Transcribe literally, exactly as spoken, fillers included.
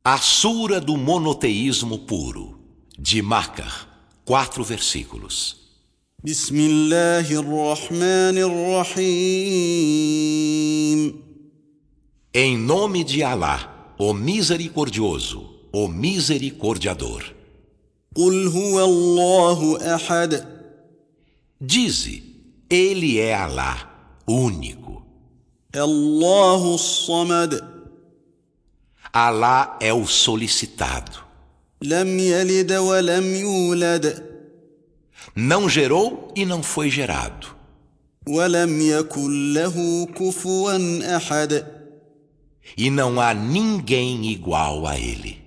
A Sura do Monoteísmo Puro, de Makkah, quatro versículos. بسم الله الرحمن الرحيم. Em nome de Alá, o Misericordioso, o Misericordiador. قل هو الله أحد. Dize, Ele é Alá, único. الله الصمد. Alá é o solicitado. لم يلد ولم يولد. Não gerou e não foi gerado. ولم يكن له كفوا أحد. E não há ninguém igual a Ele.